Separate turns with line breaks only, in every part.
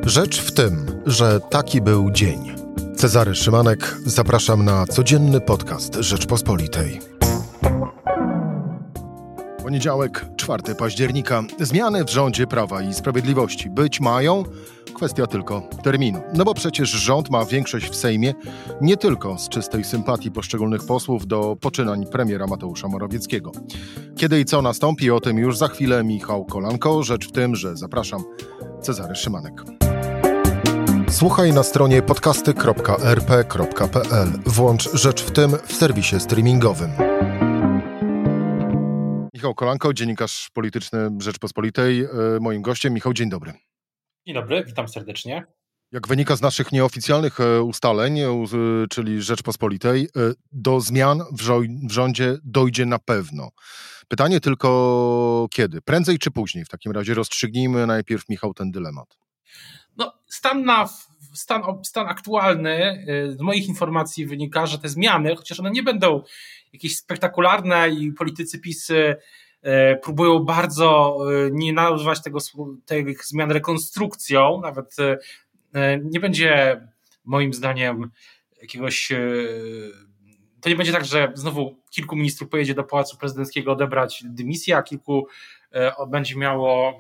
Rzecz w tym, że taki był dzień. Cezary Szymanek, zapraszam na codzienny podcast Rzeczpospolitej. Poniedziałek, 4 października. Zmiany w rządzie Prawa i Sprawiedliwości być mają. Kwestia tylko terminu. No bo przecież rząd ma większość w Sejmie nie tylko z czystej sympatii poszczególnych posłów do poczynań premiera Mateusza Morawieckiego. Kiedy i co nastąpi, o tym już za chwilę Michał Kolanko. Rzecz w tym, że zapraszam, Cezary Szymanek. Słuchaj na stronie podcasty.rp.pl. Włącz Rzecz w tym w serwisie streamingowym. Michał Kolanko, dziennikarz polityczny Rzeczpospolitej. Moim gościem. Michał, dzień dobry.
Dzień dobry, witam serdecznie.
Jak wynika z naszych nieoficjalnych ustaleń, czyli Rzeczpospolitej, do zmian w rządzie dojdzie na pewno. Pytanie tylko kiedy? Prędzej czy później? W takim razie rozstrzygnijmy najpierw, Michał, ten dylemat.
No, stan aktualny z moich informacji wynika, że te zmiany, chociaż one nie będą jakieś spektakularne i politycy PiS próbują bardzo nie nazywać tych zmian rekonstrukcją, nawet nie będzie moim zdaniem jakiegoś... To nie będzie tak, że znowu kilku ministrów pojedzie do Pałacu Prezydenckiego odebrać dymisję, a kilku będzie miało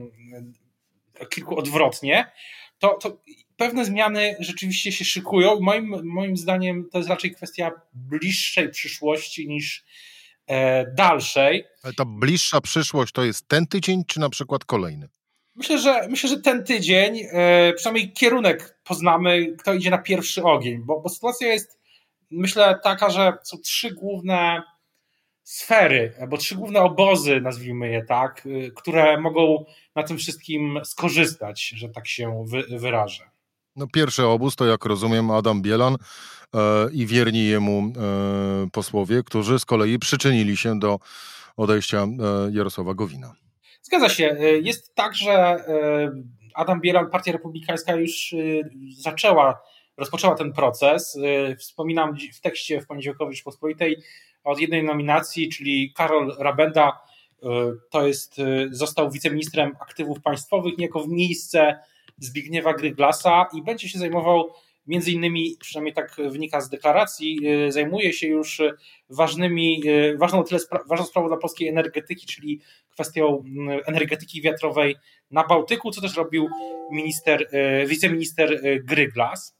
kilku odwrotnie. To pewne zmiany rzeczywiście się szykują. Moim zdaniem to jest raczej kwestia bliższej przyszłości niż dalszej.
Ale ta bliższa przyszłość to jest ten tydzień, czy na przykład kolejny?
Myślę, że ten tydzień, przynajmniej kierunek poznamy, kto idzie na pierwszy ogień, bo sytuacja jest, myślę, taka, że są trzy główne sfery, albo trzy główne obozy, nazwijmy je tak, które mogą na tym wszystkim skorzystać, że tak się wyrażę.
No, pierwszy obóz to, jak rozumiem, Adam Bielan i wierni jemu posłowie, którzy z kolei przyczynili się do odejścia Jarosława Gowina.
Zgadza się. Jest tak, że Adam Bielan, Partia Republikańska już rozpoczęła ten proces. Wspominam w tekście w poniedziałkowej Rzeczpospolitej od jednej nominacji, czyli Karol Rabenda, został wiceministrem aktywów państwowych niejako w miejsce Zbigniewa Gryglasa i będzie się zajmował między innymi, przynajmniej tak wynika z deklaracji, zajmuje się już ważną sprawą dla polskiej energetyki, czyli kwestią energetyki wiatrowej na Bałtyku, co też robił wiceminister Gryglas.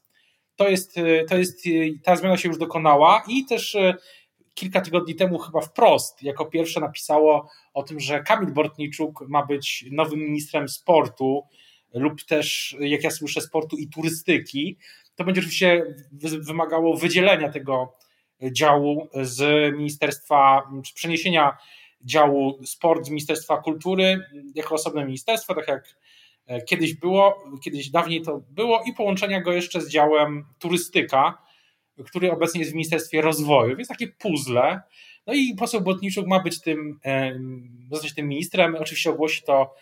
Ta zmiana się już dokonała i też kilka tygodni temu chyba Wprost jako pierwsze napisało o tym, że Kamil Bortniczuk ma być nowym ministrem sportu lub też, jak ja słyszę, sportu i turystyki. To będzie oczywiście wymagało wydzielenia tego działu z ministerstwa, czy przeniesienia działu sport z Ministerstwa Kultury jako osobne ministerstwo, tak jak kiedyś dawniej to było, i połączenia go jeszcze z działem turystyka, który obecnie jest w Ministerstwie Rozwoju, więc takie puzzle. No i poseł Bortniczuk ma być zostać tym ministrem. Oczywiście ogłosi to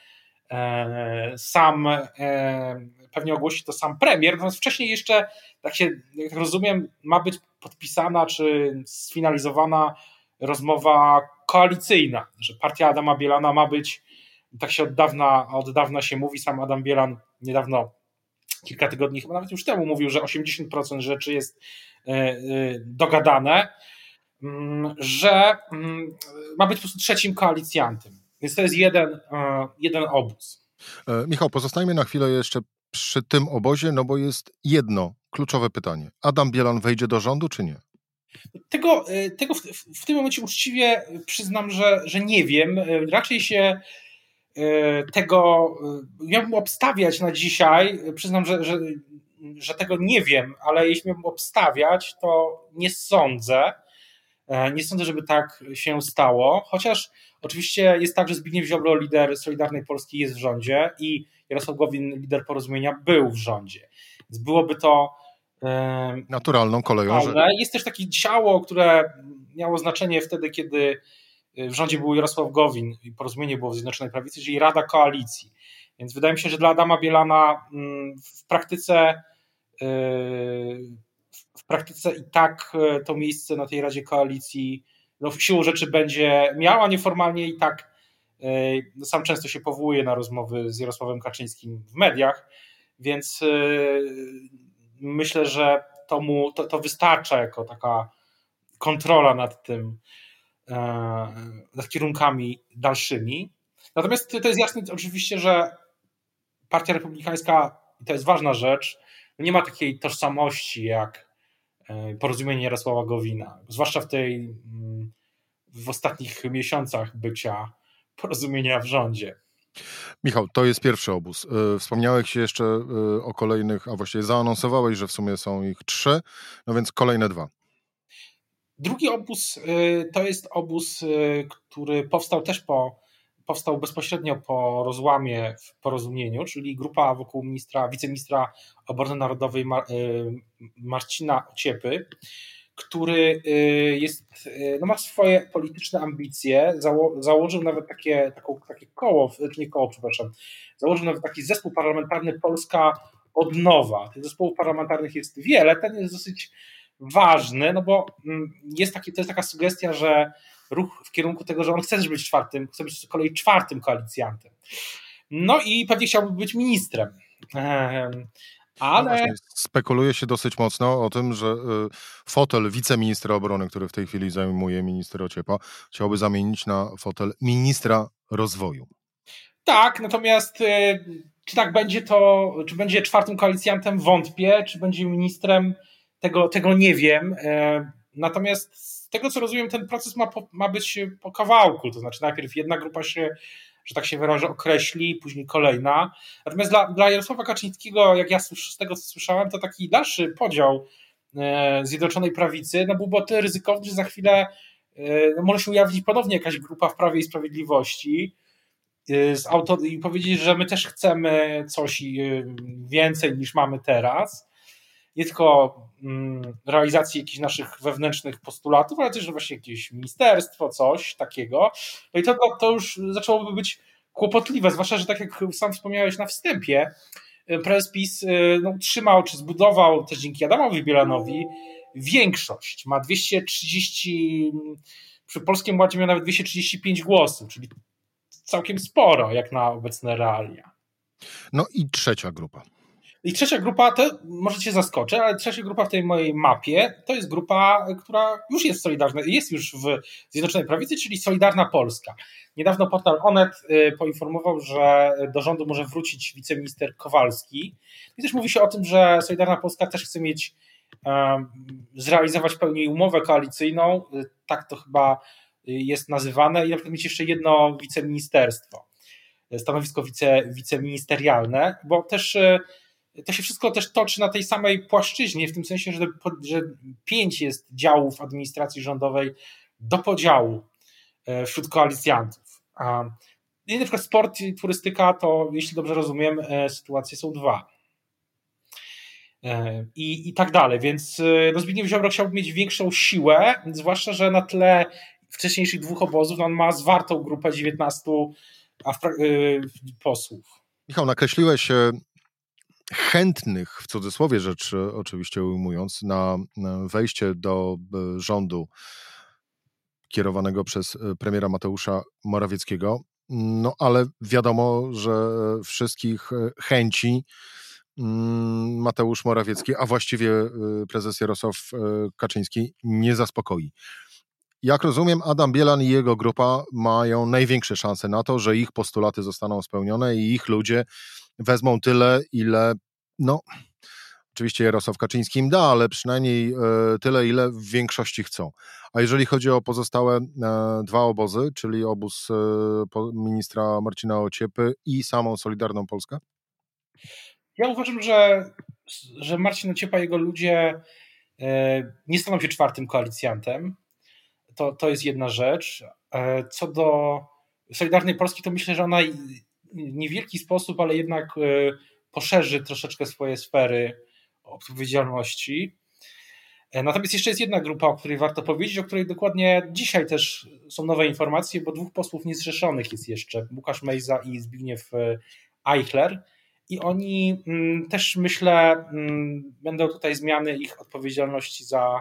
pewnie ogłosi to sam premier, natomiast wcześniej jeszcze, jak rozumiem, ma być podpisana czy sfinalizowana rozmowa koalicyjna, że partia Adama Bielana ma być, tak się od dawna się mówi, sam Adam Bielan niedawno, kilka tygodni, chyba nawet już temu mówił, że 80% rzeczy jest dogadane, że ma być po prostu trzecim koalicjantem. Więc to jest jeden obóz.
Michał, pozostajmy na chwilę jeszcze przy tym obozie, no bo jest jedno kluczowe pytanie. Adam Bielan wejdzie do rządu, czy nie?
Tego w tym momencie uczciwie przyznam, że nie wiem. Raczej się tego miałbym obstawiać na dzisiaj. Przyznam, że tego nie wiem, ale jeśli miałbym obstawiać, to nie sądzę. Nie sądzę, żeby tak się stało, chociaż oczywiście jest tak, że Zbigniew Ziobro, lider Solidarnej Polski, jest w rządzie i Jarosław Gowin, lider Porozumienia, był w rządzie. Więc byłoby to
naturalną koleją.
Jest też takie ciało, które miało znaczenie wtedy, kiedy w rządzie był Jarosław Gowin i Porozumienie było w Zjednoczonej Prawicy, czyli Rada Koalicji. Więc wydaje mi się, że dla Adama Bielana w praktyce i tak to miejsce na tej Radzie Koalicji siłą rzeczy będzie miał, a nieformalnie i tak sam często się powołuje na rozmowy z Jarosławem Kaczyńskim w mediach, więc myślę, że to wystarcza jako taka kontrola nad tym, nad kierunkami dalszymi. Natomiast to jest jasne oczywiście, że Partia Republikańska, i to jest ważna rzecz, nie ma takiej tożsamości jak Porozumienie Jarosława Gowina, zwłaszcza w ostatnich miesiącach bycia Porozumienia w rządzie.
Michał, to jest pierwszy obóz. Wspomniałeś jeszcze o kolejnych, a właściwie zaanonsowałeś, że w sumie są ich 3, no więc kolejne 2.
Drugi obóz to jest obóz, który powstał bezpośrednio po rozłamie w Porozumieniu, czyli grupa wokół wiceministra obrony narodowej Marcina Ociepy, który ma swoje polityczne ambicje, założył nawet takie koło, nie koło, przepraszam, założył nawet taki zespół parlamentarny Polska Odnowa. Tych zespołów parlamentarnych jest wiele, ten jest dosyć ważny, no bo to jest taka sugestia, że ruch w kierunku tego, że on chce być z kolei czwartym koalicjantem. No i pewnie chciałby być ministrem. Ale...
No właśnie, spekuluje się dosyć mocno o tym, że fotel wiceministra obrony, który w tej chwili zajmuje minister Ociepa, chciałby zamienić na fotel ministra rozwoju.
Tak, natomiast czy tak będzie czy będzie czwartym koalicjantem, wątpię, czy będzie ministrem, tego nie wiem. Natomiast z tego, co rozumiem, ten proces ma być po kawałku, to znaczy najpierw jedna grupa się, że tak się wyrażę, określi, później kolejna. Natomiast dla Jarosława Kaczyńskiego, jak ja z tego, co słyszałem, to taki dalszy podział Zjednoczonej Prawicy byłby o tyle ryzykowny, że za chwilę może się ujawnić ponownie jakaś grupa w Prawie i Sprawiedliwości i powiedzieć, że my też chcemy coś więcej niż mamy teraz. Nie tylko realizacji jakichś naszych wewnętrznych postulatów, ale też właśnie jakieś ministerstwo, coś takiego. No i to już zaczęłoby być kłopotliwe, zwłaszcza, że tak jak sam wspomniałeś na wstępie, prezes PiS utrzymał czy zbudował też dzięki Adamowi Bielanowi większość. Ma 230, przy Polskim Ładzie miał nawet 235 głosów, czyli całkiem sporo jak na obecne realia.
No i trzecia grupa.
I trzecia grupa, to może cię zaskoczę, ale trzecia grupa w tej mojej mapie to jest grupa, która już jest solidarna, jest już w Zjednoczonej Prawicy, czyli Solidarna Polska. Niedawno portal Onet poinformował, że do rządu może wrócić wiceminister Kowalski. I też mówi się o tym, że Solidarna Polska też chce zrealizować w pełni umowę koalicyjną, tak to chyba jest nazywane, i na przykład mieć jeszcze jedno wiceministerstwo, stanowisko wiceministerialne, bo też to się wszystko też toczy na tej samej płaszczyźnie, w tym sensie, że 5 jest działów administracji rządowej do podziału wśród koalicjantów. I na przykład sport i turystyka, to jeśli dobrze rozumiem, sytuacje są 2. I tak dalej, więc Zbigniew Ziobro chciałby mieć większą siłę, zwłaszcza, że na tle wcześniejszych 2 obozów on ma zwartą grupę 19 posłów.
Michał, nakreśliłeś chętnych, w cudzysłowie rzecz oczywiście ujmując, na wejście do rządu kierowanego przez premiera Mateusza Morawieckiego. No ale wiadomo, że wszystkich chęci Mateusz Morawiecki, a właściwie prezes Jarosław Kaczyński nie zaspokoi. Jak rozumiem, Adam Bielan i jego grupa mają największe szanse na to, że ich postulaty zostaną spełnione i ich ludzie wezmą tyle, ile, oczywiście Jarosław Kaczyński im da, ale przynajmniej tyle, ile w większości chcą. A jeżeli chodzi o pozostałe 2 obozy, czyli obóz ministra Marcina Ociepy i samą Solidarną Polskę?
Ja uważam, że Marcin Ociepa i jego ludzie nie staną się czwartym koalicjantem. To jest jedna rzecz. Co do Solidarnej Polski, to myślę, że ona w niewielki sposób, ale jednak poszerzy troszeczkę swoje sfery odpowiedzialności. Natomiast jeszcze jest jedna grupa, o której warto powiedzieć, o której dokładnie dzisiaj też są nowe informacje, bo 2 posłów niezrzeszonych jest jeszcze, Łukasz Mejza i Zbigniew Eichler. I oni też, myślę, będą tutaj zmiany ich odpowiedzialności za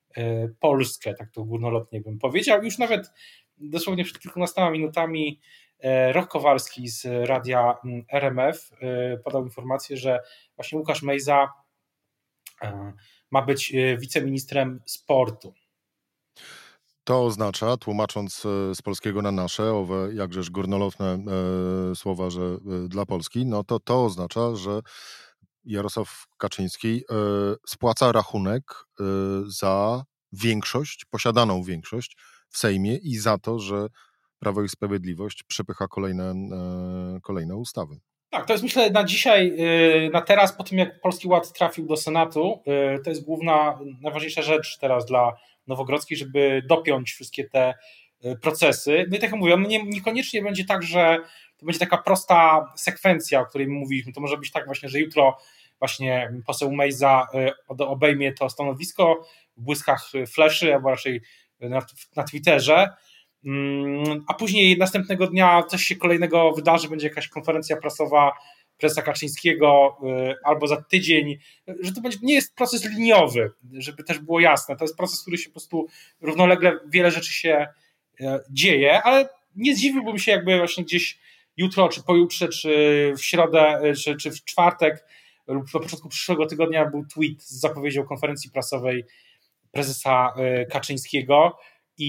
Polskę, tak to górnolotnie bym powiedział. Już nawet dosłownie przed kilkunastoma minutami Roch Kowalski z radia RMF podał informację, że właśnie Łukasz Mejza ma być wiceministrem sportu.
To oznacza, tłumacząc z polskiego na nasze, owe jakżeż górnolotne słowa, że dla Polski, no to oznacza, że Jarosław Kaczyński spłaca rachunek za większość, posiadaną większość w Sejmie i za to, że Prawo i Sprawiedliwość przepycha kolejne ustawy.
Tak, to jest myślę na dzisiaj, na teraz, po tym jak Polski Ład trafił do Senatu, to jest najważniejsza rzecz teraz dla Nowogrodzkiej, żeby dopiąć wszystkie te procesy. No i tak jak mówię, niekoniecznie będzie tak, że to będzie taka prosta sekwencja, o której mówiliśmy. To może być tak właśnie, że jutro właśnie poseł Mejza obejmie to stanowisko w błyskach fleszy, albo raczej na Twitterze, a później następnego dnia coś się kolejnego wydarzy, będzie jakaś konferencja prasowa prezesa Kaczyńskiego, albo za tydzień, że to nie jest proces liniowy, żeby też było jasne, to jest proces, który się po prostu równolegle wiele rzeczy się dzieje, ale nie zdziwiłbym się, jakby właśnie gdzieś jutro, czy pojutrze, czy w środę, czy w czwartek lub na początku przyszłego tygodnia był tweet z zapowiedzią konferencji prasowej prezesa Kaczyńskiego,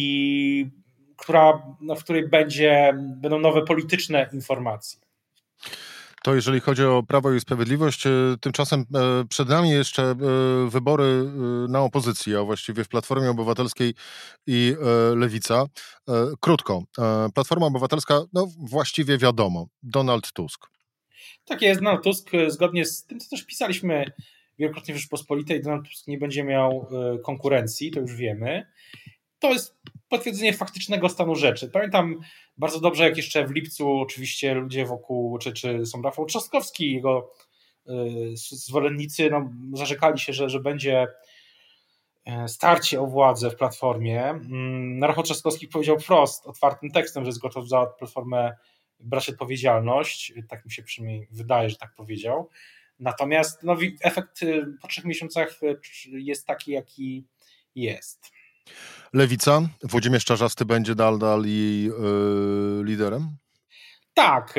w której będą nowe polityczne informacje.
To jeżeli chodzi o Prawo i Sprawiedliwość, tymczasem przed nami jeszcze wybory na opozycję, a właściwie w Platformie Obywatelskiej i Lewica. Krótko, Platforma Obywatelska, no właściwie wiadomo, Donald Tusk.
Tak jest, Donald Tusk, zgodnie z tym, co też pisaliśmy wielokrotnie w Rzeczpospolitej, Donald Tusk nie będzie miał konkurencji, to już wiemy. To jest potwierdzenie faktycznego stanu rzeczy. Pamiętam bardzo dobrze, jak jeszcze w lipcu oczywiście ludzie wokół, czy są Rafał Trzaskowski, jego zwolennicy zarzekali się, że będzie starcie o władzę w Platformie. Rafał Trzaskowski powiedział wprost, otwartym tekstem, że jest gotów za Platformę brać odpowiedzialność. Tak mi się przynajmniej wydaje, że tak powiedział. Natomiast efekt po 3 miesiącach jest taki, jaki jest.
Lewica? Włodzimierz Czarzasty będzie nadal jej liderem?
Tak,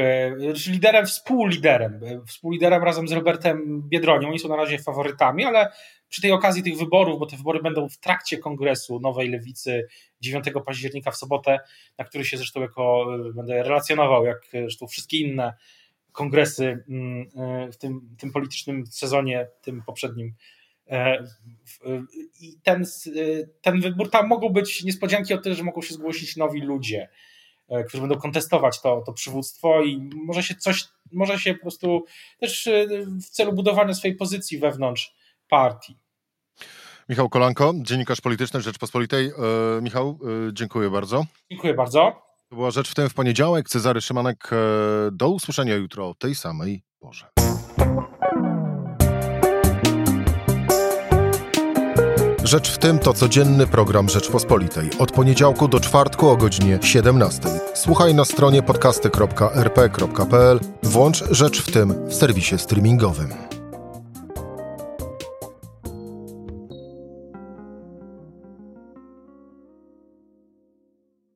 współliderem razem z Robertem Biedronią. Oni są na razie faworytami, ale przy tej okazji tych wyborów, bo te wybory będą w trakcie kongresu Nowej Lewicy 9 października w sobotę, na który się zresztą będę relacjonował, jak zresztą wszystkie inne kongresy w tym politycznym sezonie, tym poprzednim. I ten wybór, tam mogą być niespodzianki o tyle, że mogą się zgłosić nowi ludzie, którzy będą kontestować to przywództwo i może się po prostu też w celu budowania swojej pozycji wewnątrz partii.
Michał Kolanko, dziennikarz polityczny Rzeczpospolitej. Michał, dziękuję bardzo.
Dziękuję bardzo.
To była Rzecz w tym w poniedziałek. Cezary Szymanek, do usłyszenia jutro o tej samej porze. Rzecz w tym to codzienny program Rzeczpospolitej. Od poniedziałku do czwartku o godzinie 17. Słuchaj na stronie podcasty.rp.pl. Włącz Rzecz w tym w serwisie streamingowym.